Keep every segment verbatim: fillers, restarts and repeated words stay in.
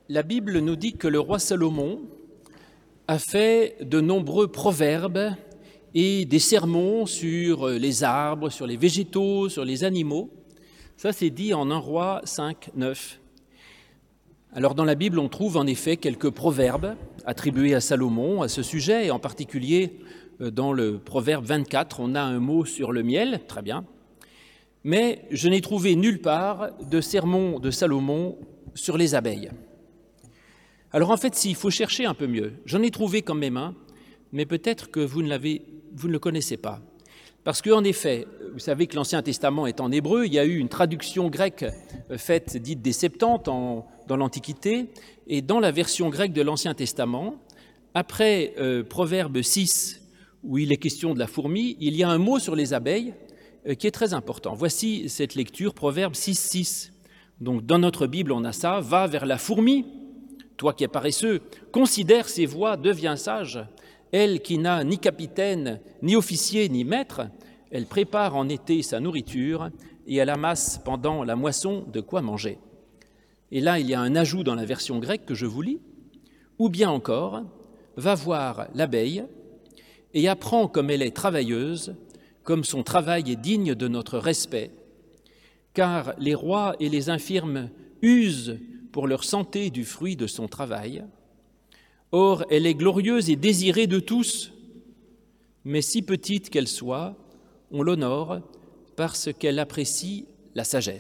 La Bible nous dit que le roi Salomon a fait de nombreux proverbes et des sermons sur les arbres, sur les végétaux, sur les animaux. Ça, c'est dit en un roi cinq, neuf. Alors, dans la Bible, on trouve en effet quelques proverbes attribués à Salomon à ce sujet, et en particulier dans le proverbe vingt-quatre, on a un mot sur le miel, très bien, mais je n'ai trouvé nulle part de sermon de Salomon sur les abeilles. Alors en fait, s'il faut chercher un peu mieux, j'en ai trouvé quand même un, mais peut-être que vous ne l'avez, vous ne le connaissez pas. Parce qu'en effet, vous savez que l'Ancien Testament est en hébreu, il y a eu une traduction grecque faite, dite des Septante en, dans l'Antiquité, et dans la version grecque de l'Ancien Testament, après euh, Proverbe six, où il est question de la fourmi, il y a un mot sur les abeilles euh, qui est très important. Voici cette lecture, Proverbe six, six. Donc dans notre Bible, on a ça, « Va vers la fourmi, toi qui es paresseux, considère ses voies, deviens sage. Elle qui n'a ni capitaine, ni officier, ni maître, elle prépare en été sa nourriture et elle amasse pendant la moisson de quoi manger. » Et là, il y a un ajout dans la version grecque que je vous lis. « Ou bien encore, va voir l'abeille et apprends comme elle est travailleuse, comme son travail est digne de notre respect. Car les rois et les infirmes usent pour leur santé du fruit de son travail. Or, elle est glorieuse et désirée de tous, mais si petite qu'elle soit, on l'honore parce qu'elle apprécie la sagesse. »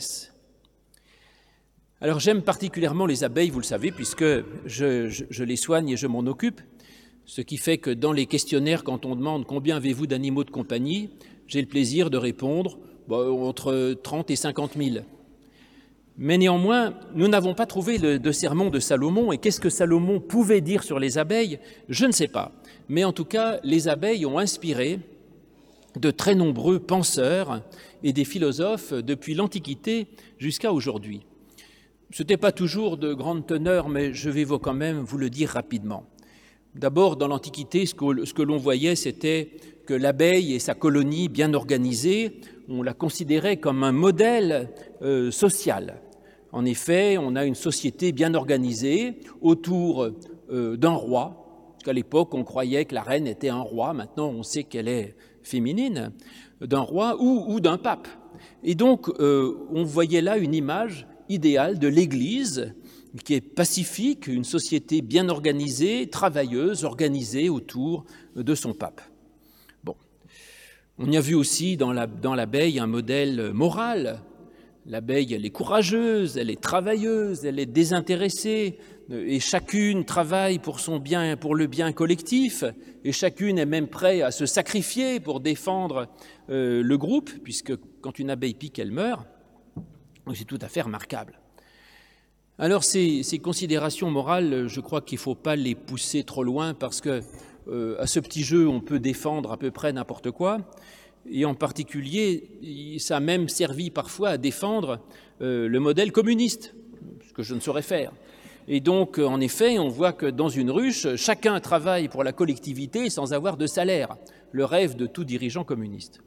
Alors, j'aime particulièrement les abeilles, vous le savez, puisque je, je, je les soigne et je m'en occupe, ce qui fait que dans les questionnaires, quand on demande « Combien avez-vous d'animaux de compagnie ?», j'ai le plaisir de répondre bon, entre trente et cinquante mille. Mais néanmoins, nous n'avons pas trouvé de, de sermon de Salomon, et qu'est-ce que Salomon pouvait dire sur les abeilles ? Je ne sais pas. Mais en tout cas, les abeilles ont inspiré de très nombreux penseurs et des philosophes depuis l'Antiquité jusqu'à aujourd'hui. Ce n'était pas toujours de grande teneur, mais je vais quand même vous le dire rapidement. D'abord, dans l'Antiquité, ce que, ce que l'on voyait, c'était que l'abeille et sa colonie bien organisée, on la considérait comme un modèle euh, social. En effet, on a une société bien organisée autour euh, d'un roi, parce qu'à l'époque, on croyait que la reine était un roi, maintenant on sait qu'elle est féminine, d'un roi ou, ou d'un pape. Et donc, euh, on voyait là une image idéale de l'Église, qui est pacifique, une société bien organisée, travailleuse, organisée autour de son pape. Bon. On y a vu aussi dans, la, dans l'abeille un modèle moral. L'abeille, elle est courageuse, elle est travailleuse, elle est désintéressée, et chacune travaille pour son bien, pour le bien collectif, et chacune est même prête à se sacrifier pour défendre euh, le groupe, puisque quand une abeille pique, elle meurt. C'est tout à fait remarquable. Alors ces, ces considérations morales, je crois qu'il ne faut pas les pousser trop loin parce que euh, à ce petit jeu, on peut défendre à peu près n'importe quoi. Et en particulier, ça a même servi parfois à défendre euh, le modèle communiste, ce que je ne saurais faire. Et donc, en effet, on voit que dans une ruche, chacun travaille pour la collectivité sans avoir de salaire, le rêve de tout dirigeant communiste.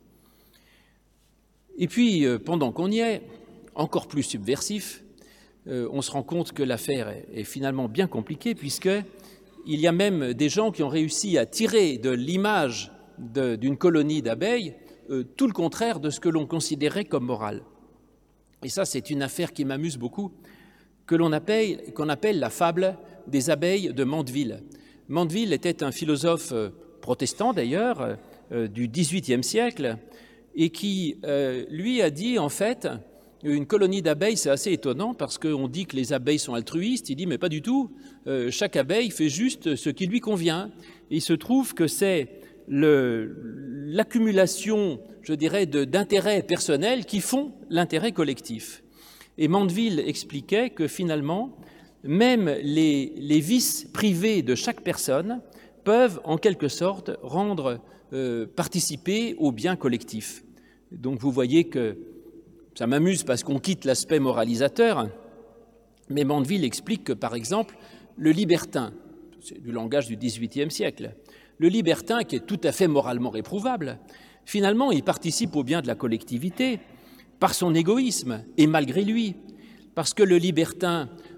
Et puis, pendant qu'on y est, encore plus subversif, euh, on se rend compte que l'affaire est, est finalement bien compliquée, puisqu'il y a même des gens qui ont réussi à tirer de l'image de, d'une colonie d'abeilles euh, tout le contraire de ce que l'on considérait comme moral. Et ça, c'est une affaire qui m'amuse beaucoup, que l'on appelle, qu'on appelle la fable des abeilles de Mandeville. Mandeville était un philosophe euh, protestant d'ailleurs, euh, du dix-huitième siècle, et qui, euh, lui, a dit en fait... Une colonie d'abeilles, c'est assez étonnant parce qu'on dit que les abeilles sont altruistes. Il dit, mais pas du tout. Euh, chaque abeille fait juste ce qui lui convient. Et il se trouve que c'est le, l'accumulation, je dirais, de, d'intérêts personnels qui font l'intérêt collectif. Et Mandeville expliquait que finalement, même les, les vices privés de chaque personne peuvent en quelque sorte rendre, euh, participer au bien collectif. Donc vous voyez que ça m'amuse parce qu'on quitte l'aspect moralisateur, mais Mandeville explique que, par exemple, le libertin, c'est du langage du dix-huitième siècle, le libertin qui est tout à fait moralement réprouvable, finalement, il participe au bien de la collectivité par son égoïsme et malgré lui, parce que le libertin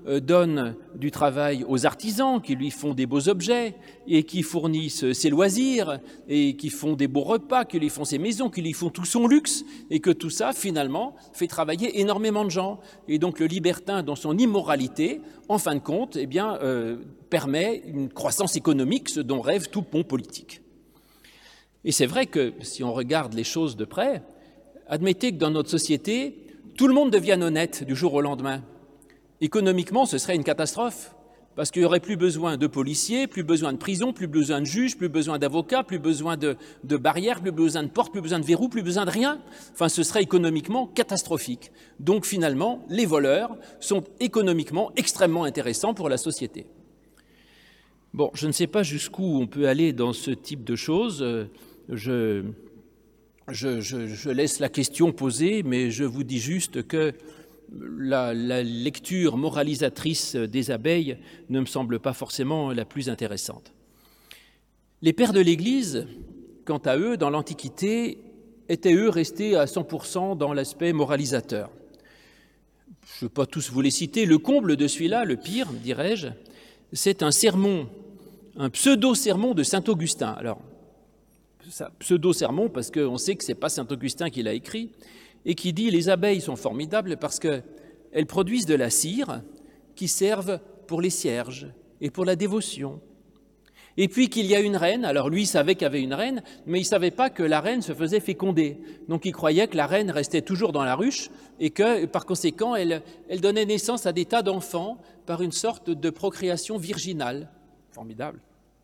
euh, donne du travail aux artisans qui lui font des beaux objets et qui fournissent ses loisirs et qui font des beaux repas, qui lui font ses maisons, qui lui font tout son luxe, et que tout ça, finalement, fait travailler énormément de gens. Et donc le libertin, dans son immoralité, en fin de compte, eh bien, euh, permet une croissance économique, ce dont rêve tout bon politique. Et c'est vrai que, si on regarde les choses de près, admettez que dans notre société, tout le monde devienne honnête du jour au lendemain. Économiquement, ce serait une catastrophe, parce qu'il n'y aurait plus besoin de policiers, plus besoin de prison, plus besoin de juges, plus besoin d'avocats, plus besoin de, de barrières, plus besoin de portes, plus besoin de verrous, plus besoin de rien. Enfin, ce serait économiquement catastrophique. Donc, finalement, les voleurs sont économiquement extrêmement intéressants pour la société. Bon, je ne sais pas jusqu'où on peut aller dans ce type de choses. Je, je, je, je laisse la question posée, mais je vous dis juste que la, la lecture moralisatrice des abeilles ne me semble pas forcément la plus intéressante. Les pères de l'Église, quant à eux, dans l'Antiquité, étaient eux restés à cent pour cent dans l'aspect moralisateur. Je ne vais pas tous vous les citer. Le comble de celui-là, le pire, dirais-je, c'est un sermon, un pseudo-sermon de saint Augustin. Alors, pseudo-sermon parce qu'on sait que ce n'est pas saint Augustin qui l'a écrit, et qui dit « Les abeilles sont formidables parce qu'elles produisent de la cire qui servent pour les cierges et pour la dévotion. Et puis qu'il y a une reine, alors lui il savait qu'il y avait une reine, mais il ne savait pas que la reine se faisait féconder. Donc il croyait que la reine restait toujours dans la ruche et que par conséquent elle, elle donnait naissance à des tas d'enfants par une sorte de procréation virginale. » Formidable.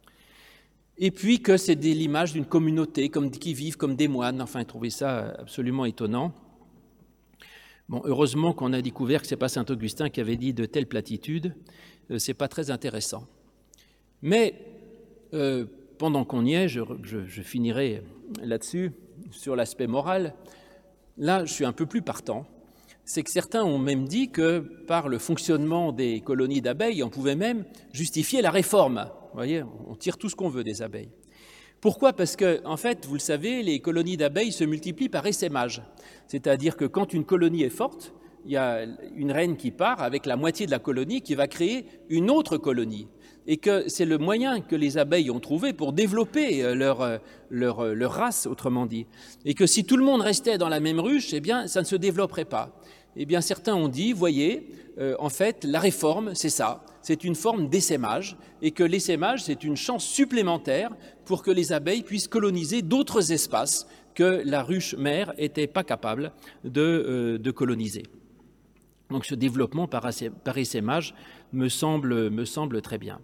Et puis que c'est l'image d'une communauté comme, qui vivent comme des moines. Enfin, il trouvait ça absolument étonnant. Bon, heureusement qu'on a découvert que ce n'est pas saint Augustin qui avait dit de telles platitudes. Euh, ce n'est pas très intéressant. Mais euh, pendant qu'on y est, je, je, je finirai là-dessus, sur l'aspect moral. Là, je suis un peu plus partant. C'est que certains ont même dit que par le fonctionnement des colonies d'abeilles, on pouvait même justifier la réforme. Vous voyez, on tire tout ce qu'on veut des abeilles. Pourquoi ? Parce que, en fait, vous le savez, les colonies d'abeilles se multiplient par essaimage. C'est-à-dire que quand une colonie est forte, il y a une reine qui part avec la moitié de la colonie qui va créer une autre colonie. Et que c'est le moyen que les abeilles ont trouvé pour développer leur, leur, leur race, autrement dit. Et que si tout le monde restait dans la même ruche, eh bien, ça ne se développerait pas. Eh bien, certains ont dit, voyez, euh, en fait, la réforme, c'est ça, c'est une forme d'essaimage, et que l'essaimage, c'est une chance supplémentaire pour que les abeilles puissent coloniser d'autres espaces que la ruche mère n'était pas capable de, euh, de coloniser. Donc, ce développement par, par essaimage me semble, me semble très bien.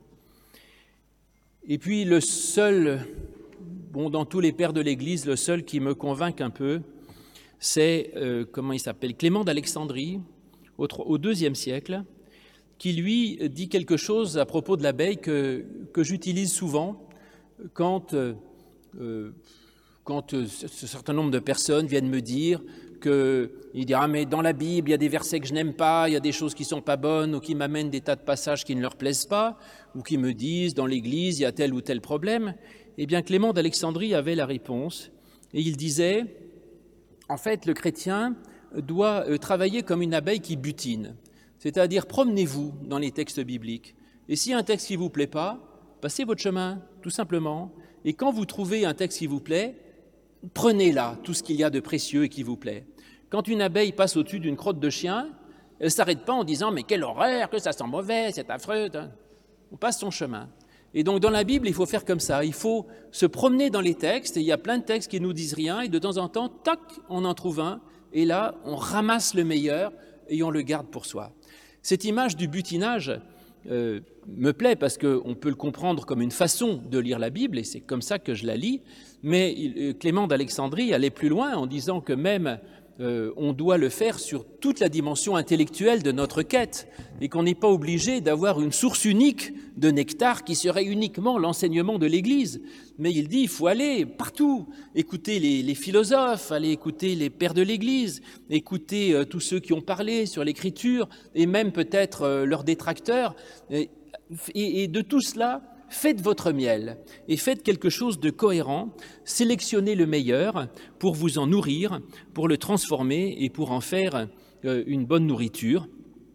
Et puis, le seul, bon, dans tous les pères de l'Église, le seul qui me convainc un peu, c'est, euh, comment il s'appelle, Clément d'Alexandrie, au, au deuxième siècle, qui lui dit quelque chose à propos de l'abeille que, que j'utilise souvent quand, euh, quand euh, un certain nombre de personnes viennent me dire qu'il dit « Ah, mais dans la Bible, il y a des versets que je n'aime pas, il y a des choses qui ne sont pas bonnes, ou qui m'amènent des tas de passages qui ne leur plaisent pas, ou qui me disent « Dans l'Église, il y a tel ou tel problème. » Eh bien, Clément d'Alexandrie avait la réponse, et il disait « En fait, le chrétien doit travailler comme une abeille qui butine. C'est-à-dire, promenez-vous dans les textes bibliques. Et s'il y a un texte qui ne vous plaît pas, passez votre chemin, tout simplement. Et quand vous trouvez un texte qui vous plaît, prenez là tout ce qu'il y a de précieux et qui vous plaît. Quand une abeille passe au-dessus d'une crotte de chien, elle ne s'arrête pas en disant « Mais quelle horreur, que ça sent mauvais, c'est affreux. » On passe son chemin. Et donc, dans la Bible, il faut faire comme ça. Il faut se promener dans les textes. Et il y a plein de textes qui ne nous disent rien. Et de temps en temps, tac, on en trouve un. Et là, on ramasse le meilleur et on le garde pour soi. Cette image du butinage euh, me plaît parce qu'on peut le comprendre comme une façon de lire la Bible, et c'est comme ça que je la lis, mais euh, Clément d'Alexandrie allait plus loin en disant que même euh, on doit le faire sur toute la dimension intellectuelle de notre quête, et qu'on n'est pas obligé d'avoir une source unique de nectar qui serait uniquement l'enseignement de l'Église. Mais il dit, il faut aller partout, écouter les, les philosophes, aller écouter les pères de l'Église, écouter euh, tous ceux qui ont parlé sur l'Écriture, et même peut-être euh, leurs détracteurs. Et, et, et de tout cela, faites votre miel et faites quelque chose de cohérent, sélectionnez le meilleur pour vous en nourrir, pour le transformer et pour en faire euh, une bonne nourriture.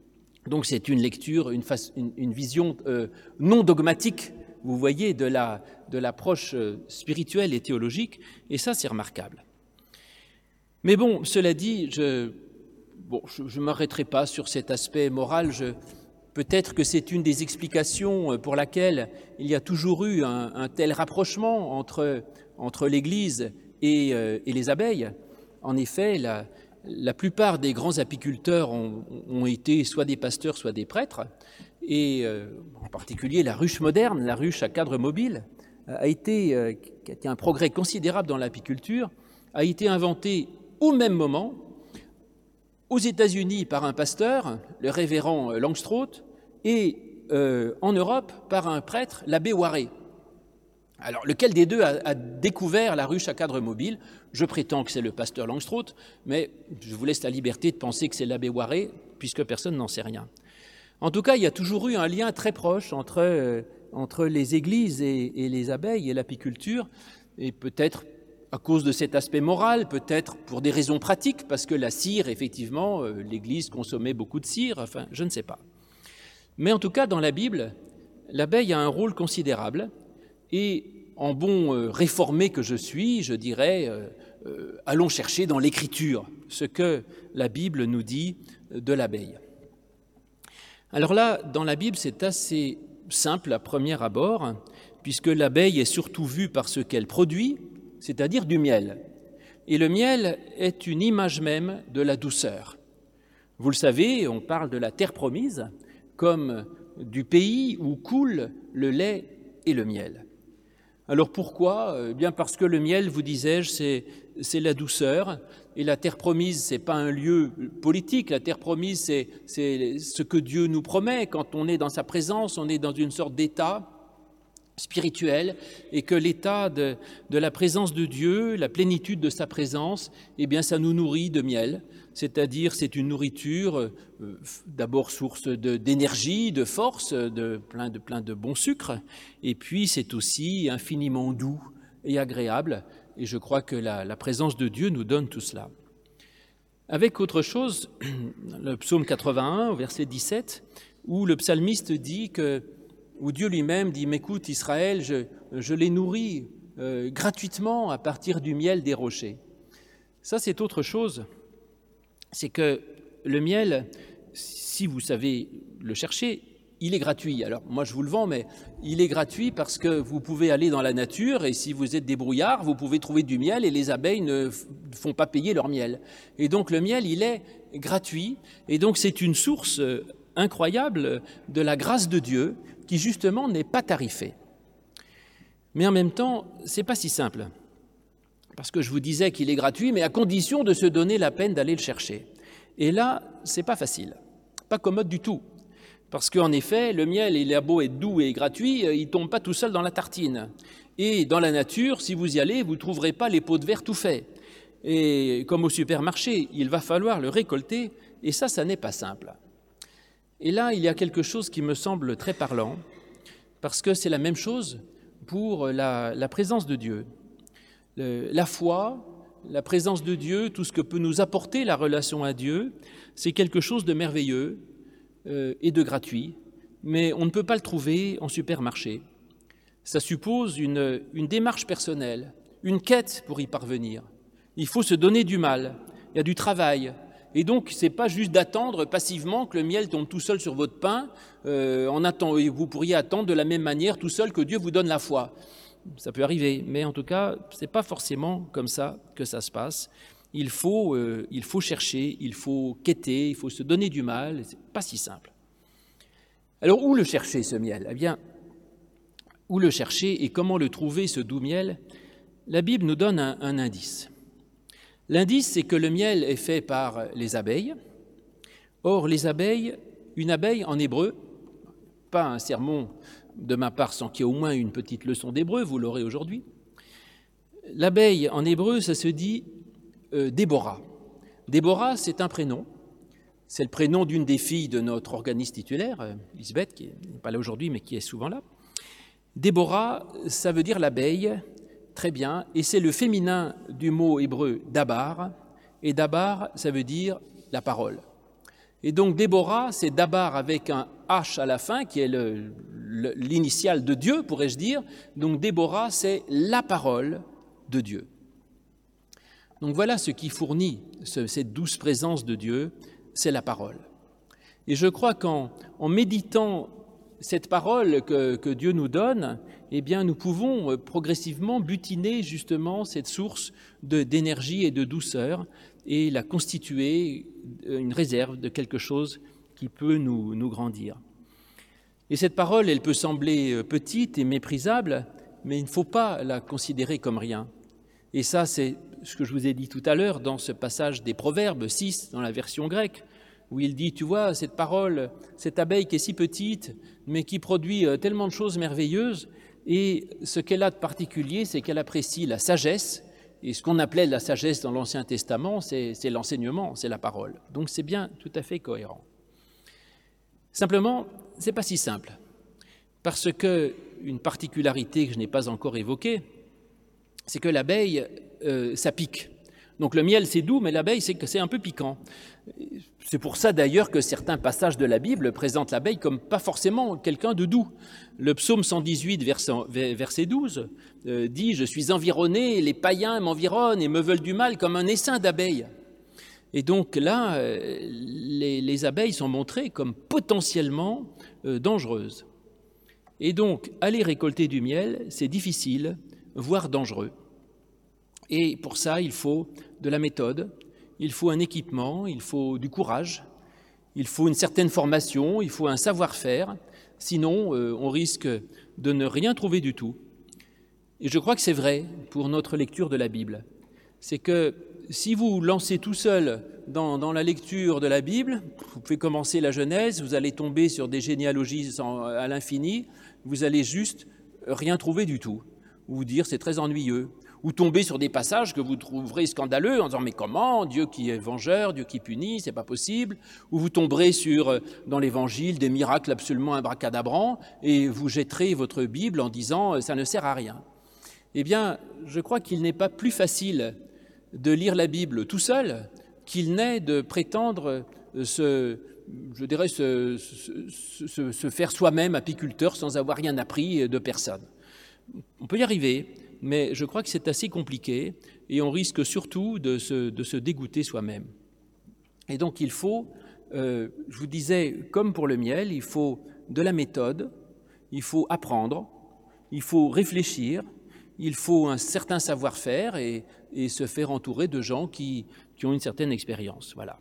Donc c'est une lecture, une, face, une, une vision euh, non dogmatique, vous voyez, de, la, de l'approche spirituelle et théologique, et ça c'est remarquable. Mais bon, cela dit, je bon, je ne m'arrêterai pas sur cet aspect moral. Je, peut-être que c'est une des explications pour laquelle il y a toujours eu un, un tel rapprochement entre, entre l'Église et, euh, et les abeilles. En effet, la, la plupart des grands apiculteurs ont, ont été soit des pasteurs, soit des prêtres, et euh, en particulier la ruche moderne, la ruche à cadre mobile, a été, euh, qui a été un progrès considérable dans l'apiculture, a été inventée au même moment aux États-Unis par un pasteur, le révérend Langstroth, et euh, en Europe par un prêtre, l'abbé Waré. Alors, lequel des deux a, a découvert la ruche à cadre mobile? Je prétends que c'est le pasteur Langstroth, mais je vous laisse la liberté de penser que c'est l'abbé Waré, puisque personne n'en sait rien. En tout cas, il y a toujours eu un lien très proche entre, euh, entre les églises et, et les abeilles et l'apiculture, et peut-être à cause de cet aspect moral, peut-être pour des raisons pratiques, parce que la cire, effectivement, euh, l'Église consommait beaucoup de cire, enfin, je ne sais pas. Mais en tout cas, dans la Bible, l'abeille a un rôle considérable, et en bon euh, réformé que je suis, je dirais, euh, euh, allons chercher dans l'Écriture ce que la Bible nous dit de l'abeille. Alors là, dans la Bible, c'est assez simple à premier abord, puisque l'abeille est surtout vue par ce qu'elle produit, c'est-à-dire du miel. Et le miel est une image même de la douceur. Vous le savez, on parle de la terre promise comme du pays où coule le lait et le miel. Alors pourquoi ? Eh bien parce que le miel, vous disais-je, c'est, c'est la douceur, et la terre promise, c'est pas un lieu politique. La terre promise, c'est, c'est ce que Dieu nous promet. Quand on est dans sa présence, on est dans une sorte d'état spirituel, et que l'état de, de la présence de Dieu, la plénitude de sa présence, eh bien ça nous nourrit de miel, c'est-à-dire c'est une nourriture euh, d'abord source de, d'énergie, de force, de plein, de plein de bons sucres, et puis c'est aussi infiniment doux et agréable, et je crois que la, la présence de Dieu nous donne tout cela. Avec autre chose, le psaume quatre-vingt-un, verset dix-sept, où le psalmiste dit que où Dieu lui-même dit « M'écoute Israël, je, je les nourris euh, gratuitement à partir du miel des rochers ». Ça, c'est autre chose. C'est que le miel, si vous savez le chercher, il est gratuit. Alors, moi, je vous le vends, mais il est gratuit parce que vous pouvez aller dans la nature et si vous êtes débrouillard, vous pouvez trouver du miel et les abeilles ne f- font pas payer leur miel. Et donc, le miel, il est gratuit. Et donc, c'est une source incroyable de la grâce de Dieu qui justement n'est pas tarifé. Mais en même temps, ce n'est pas si simple, parce que je vous disais qu'il est gratuit, mais à condition de se donner la peine d'aller le chercher. Et là, ce n'est pas facile, pas commode du tout, parce qu'en effet, le miel, il a beau être doux et gratuit, il ne tombe pas tout seul dans la tartine. Et dans la nature, si vous y allez, vous ne trouverez pas les pots de verre tout faits. Et comme au supermarché, il va falloir le récolter, et ça, ça n'est pas simple. Et là, il y a quelque chose qui me semble très parlant, parce que c'est la même chose pour la, la présence de Dieu. Le, la foi, la présence de Dieu, tout ce que peut nous apporter la relation à Dieu, c'est quelque chose de merveilleux euh, et de gratuit, mais on ne peut pas le trouver en supermarché. Ça suppose une, une démarche personnelle, une quête pour y parvenir. Il faut se donner du mal, il y a du travail. Et donc, ce n'est pas juste d'attendre passivement que le miel tombe tout seul sur votre pain. Euh, en attend, vous pourriez attendre de la même manière tout seul que Dieu vous donne la foi. Ça peut arriver, mais en tout cas, ce n'est pas forcément comme ça que ça se passe. Il faut, euh, il faut chercher, il faut quêter, il faut se donner du mal. Ce n'est pas si simple. Alors, où le chercher, ce miel ? Eh bien, où le chercher et comment le trouver, ce doux miel ? La Bible nous donne un, un indice. L'indice, c'est que le miel est fait par les abeilles. Or, les abeilles, une abeille en hébreu, pas un sermon de ma part sans qu'il y ait au moins une petite leçon d'hébreu, vous l'aurez aujourd'hui. L'abeille en hébreu, ça se dit euh, Déborah. Déborah, c'est un prénom. C'est le prénom d'une des filles de notre organiste titulaire, euh, Lisbeth, qui n'est pas là aujourd'hui, mais qui est souvent là. Déborah, ça veut dire l'abeille. Très bien, et c'est le féminin du mot hébreu dabar, et dabar, ça veut dire la parole. Et donc Déborah, c'est Dabar avec un H à la fin, qui est le, le, l'initiale de Dieu, pourrais-je dire. Donc Déborah, c'est la parole de Dieu. Donc voilà ce qui fournit ce, cette douce présence de Dieu, c'est la parole. Et je crois qu'en en méditant cette parole que, que Dieu nous donne, eh bien, nous pouvons progressivement butiner justement cette source de, d'énergie et de douceur et la constituer une réserve de quelque chose qui peut nous, nous grandir. Et cette parole, elle peut sembler petite et méprisable, mais il ne faut pas la considérer comme rien. Et ça, c'est ce que je vous ai dit tout à l'heure dans ce passage des Proverbes six, dans la version grecque, où il dit, tu vois, cette parole, cette abeille qui est si petite, mais qui produit tellement de choses merveilleuses, et ce qu'elle a de particulier, c'est qu'elle apprécie la sagesse, et ce qu'on appelait la sagesse dans l'Ancien Testament, c'est, c'est l'enseignement, c'est la parole. Donc c'est bien tout à fait cohérent. Simplement, ce n'est pas si simple, parce qu'une particularité que je n'ai pas encore évoquée, c'est que l'abeille, euh, ça pique. Donc le miel, c'est doux, mais l'abeille, c'est, c'est un peu piquant. C'est pour ça d'ailleurs que certains passages de la Bible présentent l'abeille comme pas forcément quelqu'un de doux. Le psaume cent dix-huit, verset douze, euh, dit « Je suis environné, les païens m'environnent et me veulent du mal comme un essaim d'abeilles ». Et donc là, euh, les, les abeilles sont montrées comme potentiellement euh, dangereuses. Et donc, aller récolter du miel, c'est difficile, voire dangereux. Et pour ça, il faut de la méthode, il faut un équipement, il faut du courage, il faut une certaine formation, il faut un savoir-faire, sinon euh, on risque de ne rien trouver du tout. Et je crois que c'est vrai pour notre lecture de la Bible. C'est que si vous vous lancez tout seul dans, dans la lecture de la Bible, vous pouvez commencer la Genèse, vous allez tomber sur des généalogies sans, à l'infini, vous allez juste rien trouver du tout, ou vous dire c'est très ennuyeux, ou tomber sur des passages que vous trouverez scandaleux en disant « mais comment, Dieu qui est vengeur, Dieu qui punit, c'est pas possible », ou vous tomberez sur, dans l'Évangile, des miracles absolument abracadabrants, et vous jetterez votre Bible en disant « ça ne sert à rien ». Eh bien, je crois qu'il n'est pas plus facile de lire la Bible tout seul qu'il n'est de prétendre se, je dirais, se, se, se, se faire soi-même apiculteur sans avoir rien appris de personne. On peut y arriver, mais je crois que c'est assez compliqué et on risque surtout de se, de se dégoûter soi-même. Et donc il faut, euh, je vous disais, comme pour le miel, il faut de la méthode, il faut apprendre, il faut réfléchir, il faut un certain savoir-faire et, et se faire entourer de gens qui, qui ont une certaine expérience. Voilà.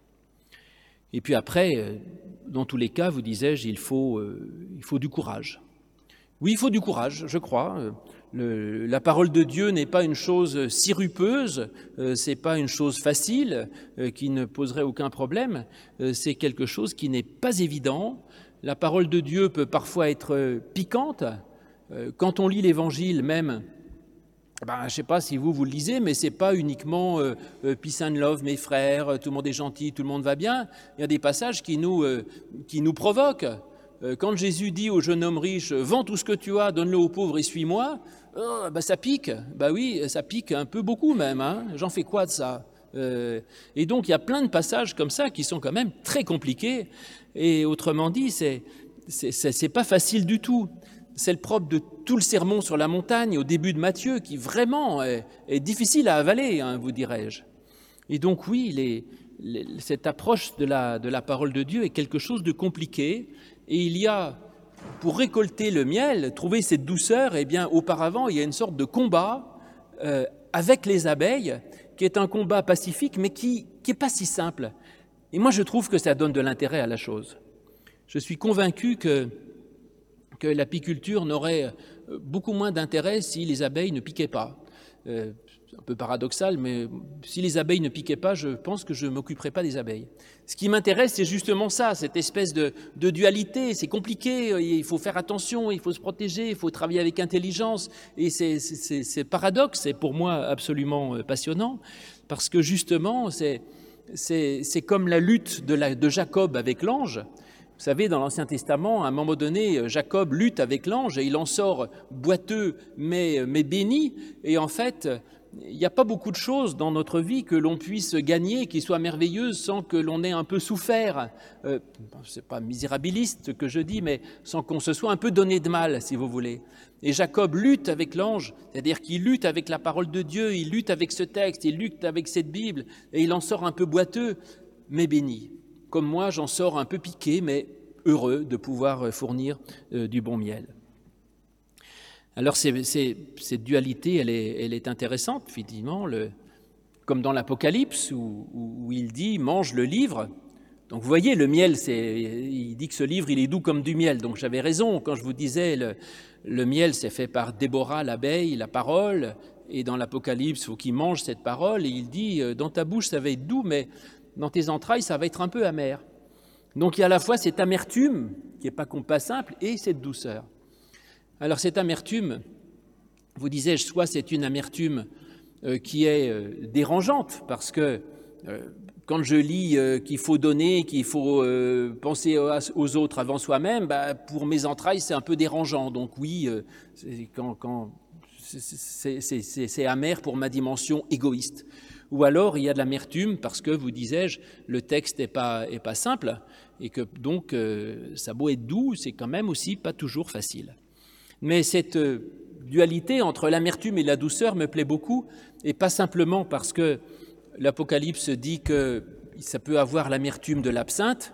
Et puis après, dans tous les cas, vous disais-je, il faut, euh, il faut du courage. Oui, il faut du courage, je crois. Le, la parole de Dieu n'est pas une chose sirupeuse, euh, c'est pas une chose facile euh, qui ne poserait aucun problème. Euh, c'est quelque chose qui n'est pas évident. La parole de Dieu peut parfois être piquante. Euh, quand on lit l'Évangile même, ben, je ne sais pas si vous, vous le lisez, mais ce n'est pas uniquement euh, euh, « peace and love, mes frères, tout le monde est gentil, tout le monde va bien ». Il y a des passages qui nous, euh, qui nous provoquent. Euh, quand Jésus dit au jeune homme riche « Vends tout ce que tu as, donne-le aux pauvres et suis-moi oh, », ben, ça pique. Ben oui, ça pique un peu beaucoup même. Hein. J'en fais quoi de ça euh, Et donc, il y a plein de passages comme ça qui sont quand même très compliqués. Et autrement dit, c'est, c'est, c'est, c'est pas facile du tout. C'est le propre de tout le sermon sur la montagne au début de Matthieu qui vraiment est, est difficile à avaler, hein, vous dirais-je. Et donc oui, les, les, cette approche de la, de la parole de Dieu est quelque chose de compliqué et il y a, pour récolter le miel, trouver cette douceur, eh bien auparavant il y a une sorte de combat euh, avec les abeilles qui est un combat pacifique mais qui n'est pas si simple. Et moi je trouve que ça donne de l'intérêt à la chose. Je suis convaincu que que l'apiculture n'aurait beaucoup moins d'intérêt si les abeilles ne piquaient pas. Euh, c'est un peu paradoxal, mais si les abeilles ne piquaient pas, je pense que je ne m'occuperais pas des abeilles. Ce qui m'intéresse, c'est justement ça, cette espèce de, de dualité. C'est compliqué, il faut faire attention, il faut se protéger, il faut travailler avec intelligence. Et c'est, c'est, c'est paradoxe, c'est pour moi absolument passionnant, parce que justement, c'est, c'est, c'est comme la lutte de, la, de Jacob avec l'ange. Vous savez, dans l'Ancien Testament, à un moment donné, Jacob lutte avec l'ange et il en sort boiteux mais, mais béni. Et en fait, il n'y a pas beaucoup de choses dans notre vie que l'on puisse gagner, qui soient merveilleuses, sans que l'on ait un peu souffert. Euh, ce n'est pas misérabiliste ce que je dis, mais sans qu'on se soit un peu donné de mal, si vous voulez. Et Jacob lutte avec l'ange, c'est-à-dire qu'il lutte avec la parole de Dieu, il lutte avec ce texte, il lutte avec cette Bible, et il en sort un peu boiteux, mais béni. Comme moi, j'en sors un peu piqué, mais heureux de pouvoir fournir euh, du bon miel. Alors c'est, c'est, cette dualité, elle est, elle est intéressante, effectivement, le, comme dans l'Apocalypse où, où il dit « mange le livre ». Donc vous voyez, le miel, c'est, il dit que ce livre, il est doux comme du miel. Donc j'avais raison quand je vous disais, le, le miel, c'est fait par Déborah, l'abeille, la parole, et dans l'Apocalypse, il faut qu'il mange cette parole, et il dit « dans ta bouche, ça va être doux, mais dans tes entrailles, ça va être un peu amer ». Donc il y a à la fois cette amertume, qui n'est pas compas simple, et cette douceur. Alors cette amertume, vous disais-je, soit c'est une amertume euh, qui est euh, dérangeante, parce que euh, quand je lis euh, qu'il faut donner, qu'il faut euh, penser aux autres avant soi-même, bah, pour mes entrailles, c'est un peu dérangeant. Donc oui, euh, c'est, quand, quand, c'est, c'est, c'est, c'est amer pour ma dimension égoïste. Ou alors il y a de l'amertume parce que, vous disais-je, le texte n'est pas, est pas simple, et que donc euh, ça a beau être doux, c'est quand même aussi pas toujours facile. Mais cette dualité entre l'amertume et la douceur me plaît beaucoup, et pas simplement parce que l'Apocalypse dit que ça peut avoir l'amertume de l'absinthe,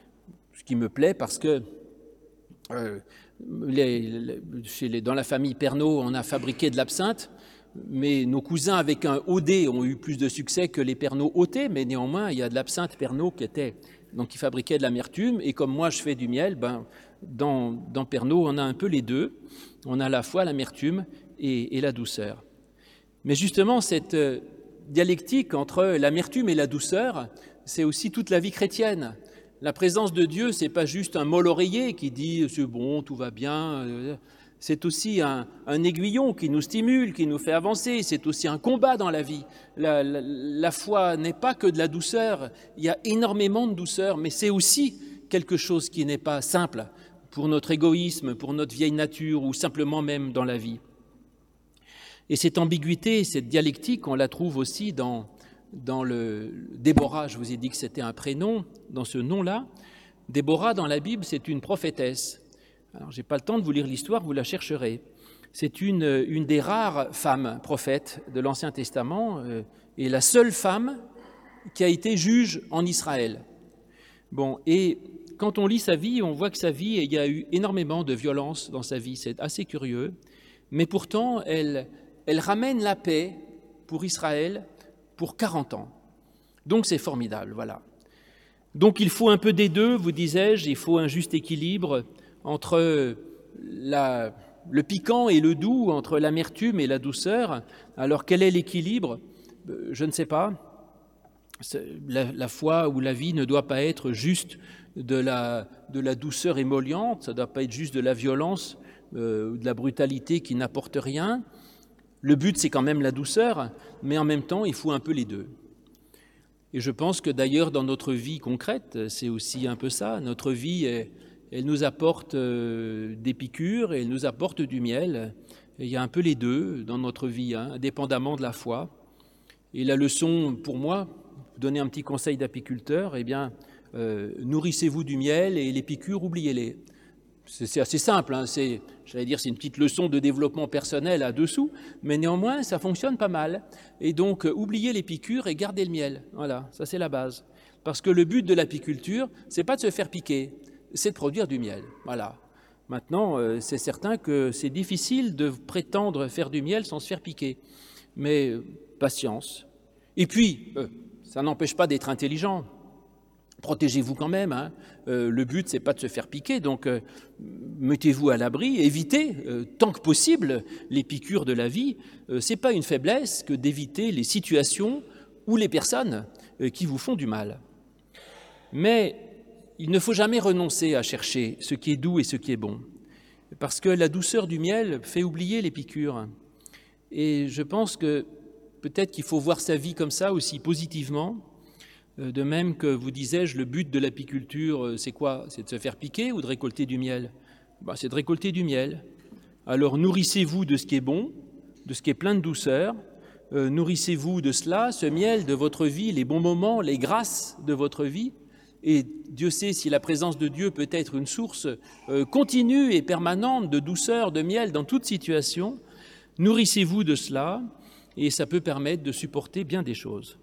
ce qui me plaît parce que euh, les, les, chez les, dans la famille Pernod, on a fabriqué de l'absinthe, mais nos cousins avec un O D ont eu plus de succès que les Pernod O T, mais néanmoins, il y a de l'absinthe Pernod qui était, donc qui fabriquait de l'amertume, et comme moi je fais du miel, ben, Dans, dans Pernod, on a un peu les deux. On a à la fois l'amertume et, et la douceur. Mais justement, cette dialectique entre l'amertume et la douceur, c'est aussi toute la vie chrétienne. La présence de Dieu, ce n'est pas juste un mot l'oreiller qui dit « c'est bon, tout va bien ». C'est aussi un, un aiguillon qui nous stimule, qui nous fait avancer. C'est aussi un combat dans la vie. La, la, la foi n'est pas que de la douceur. Il y a énormément de douceur, mais c'est aussi quelque chose qui n'est pas simple pour notre égoïsme, pour notre vieille nature, ou simplement même dans la vie. Et cette ambiguïté, cette dialectique, on la trouve aussi dans, dans le Déborah. Je vous ai dit que c'était un prénom, dans ce nom-là. Déborah, dans la Bible, c'est une prophétesse. Alors, je n'ai pas le temps de vous lire l'histoire, vous la chercherez. C'est une, une des rares femmes prophètes de l'Ancien Testament, euh, et la seule femme qui a été juge en Israël. Bon, et quand on lit sa vie, on voit que sa vie, il y a eu énormément de violence dans sa vie, c'est assez curieux, mais pourtant, elle, elle ramène la paix pour Israël pour quarante ans. Donc c'est formidable, voilà. Donc il faut un peu des deux, vous disais-je, il faut un juste équilibre entre la, le piquant et le doux, entre l'amertume et la douceur. Alors quel est l'équilibre ? Je ne sais pas. La, la foi ou la vie ne doit pas être juste de la, de la douceur émolliente, ça ne doit pas être juste de la violence euh, ou de la brutalité qui n'apporte rien. Le but, c'est quand même la douceur, mais en même temps, il faut un peu les deux. Et je pense que d'ailleurs, dans notre vie concrète, c'est aussi un peu ça. Notre vie, elle, elle nous apporte euh, des piqûres et elle nous apporte du miel. Et il y a un peu les deux dans notre vie, hein, indépendamment de la foi. Et la leçon, pour moi, donner un petit conseil d'apiculteur, eh bien, euh, nourrissez-vous du miel et les piqûres, oubliez-les. C'est, c'est assez simple, hein, c'est, j'allais dire, c'est une petite leçon de développement personnel à dessous, mais néanmoins, ça fonctionne pas mal. Et donc, euh, oubliez les piqûres et gardez le miel. Voilà, ça c'est la base. Parce que le but de l'apiculture, c'est pas de se faire piquer, c'est de produire du miel. Voilà. Maintenant, euh, c'est certain que c'est difficile de prétendre faire du miel sans se faire piquer. Mais euh, patience. Et puis, euh, ça n'empêche pas d'être intelligent. Protégez-vous quand même. Hein. Euh, le but, c'est pas de se faire piquer. Donc, euh, mettez-vous à l'abri. Évitez, euh, tant que possible, les piqûres de la vie. Euh, c'est pas une faiblesse que d'éviter les situations ou les personnes euh, qui vous font du mal. Mais il ne faut jamais renoncer à chercher ce qui est doux et ce qui est bon. Parce que la douceur du miel fait oublier les piqûres. Et je pense que peut-être qu'il faut voir sa vie comme ça aussi positivement. De même que, vous disais-je, le but de l'apiculture, c'est quoi ? C'est de se faire piquer ou de récolter du miel ? Ben, c'est de récolter du miel. Alors nourrissez-vous de ce qui est bon, de ce qui est plein de douceur, euh, nourrissez-vous de cela, ce miel de votre vie, les bons moments, les grâces de votre vie. Et Dieu sait si la présence de Dieu peut être une source euh, continue et permanente de douceur, de miel dans toute situation. Nourrissez-vous de cela et ça peut permettre de supporter bien des choses.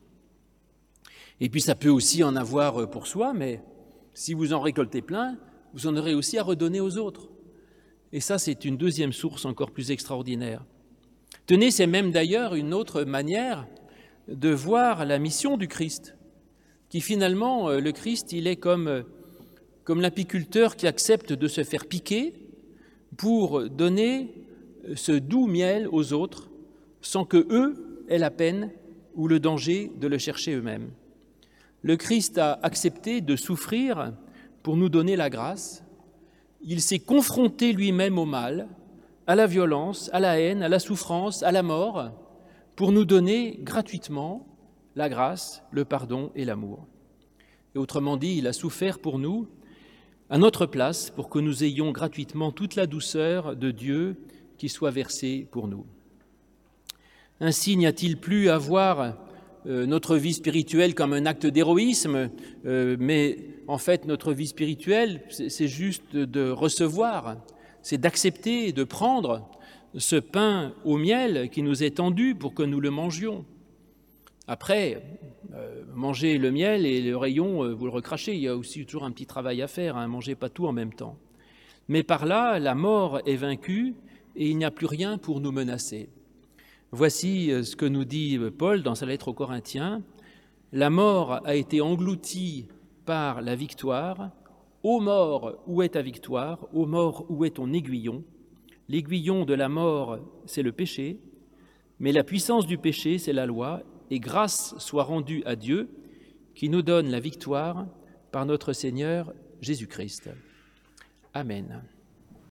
Et puis ça peut aussi en avoir pour soi, mais si vous en récoltez plein, vous en aurez aussi à redonner aux autres. Et ça, c'est une deuxième source encore plus extraordinaire. Tenez, c'est même d'ailleurs une autre manière de voir la mission du Christ, qui finalement, le Christ, il est comme, comme l'apiculteur qui accepte de se faire piquer pour donner ce doux miel aux autres, sans que eux aient la peine ou le danger de le chercher eux-mêmes. Le Christ a accepté de souffrir pour nous donner la grâce. Il s'est confronté lui-même au mal, à la violence, à la haine, à la souffrance, à la mort, pour nous donner gratuitement la grâce, le pardon et l'amour. Et autrement dit, il a souffert pour nous, à notre place, pour que nous ayons gratuitement toute la douceur de Dieu qui soit versée pour nous. Ainsi, n'y a-t-il plus à voir euh, notre vie spirituelle comme un acte d'héroïsme, euh, mais en fait, notre vie spirituelle, c'est, c'est juste de recevoir, c'est d'accepter, de prendre ce pain au miel qui nous est tendu pour que nous le mangions. Après, euh, manger le miel et le rayon, euh, vous le recrachez, il y a aussi toujours un petit travail à faire, hein, mangez pas tout en même temps. Mais par là, la mort est vaincue et il n'y a plus rien pour nous menacer. Voici ce que nous dit Paul dans sa lettre aux Corinthiens. La mort a été engloutie par la victoire. Ô mort, où est ta victoire? Ô mort, où est ton aiguillon? L'aiguillon de la mort, c'est le péché, mais la puissance du péché, c'est la loi, et grâce soit rendue à Dieu qui nous donne la victoire par notre Seigneur Jésus-Christ. Amen.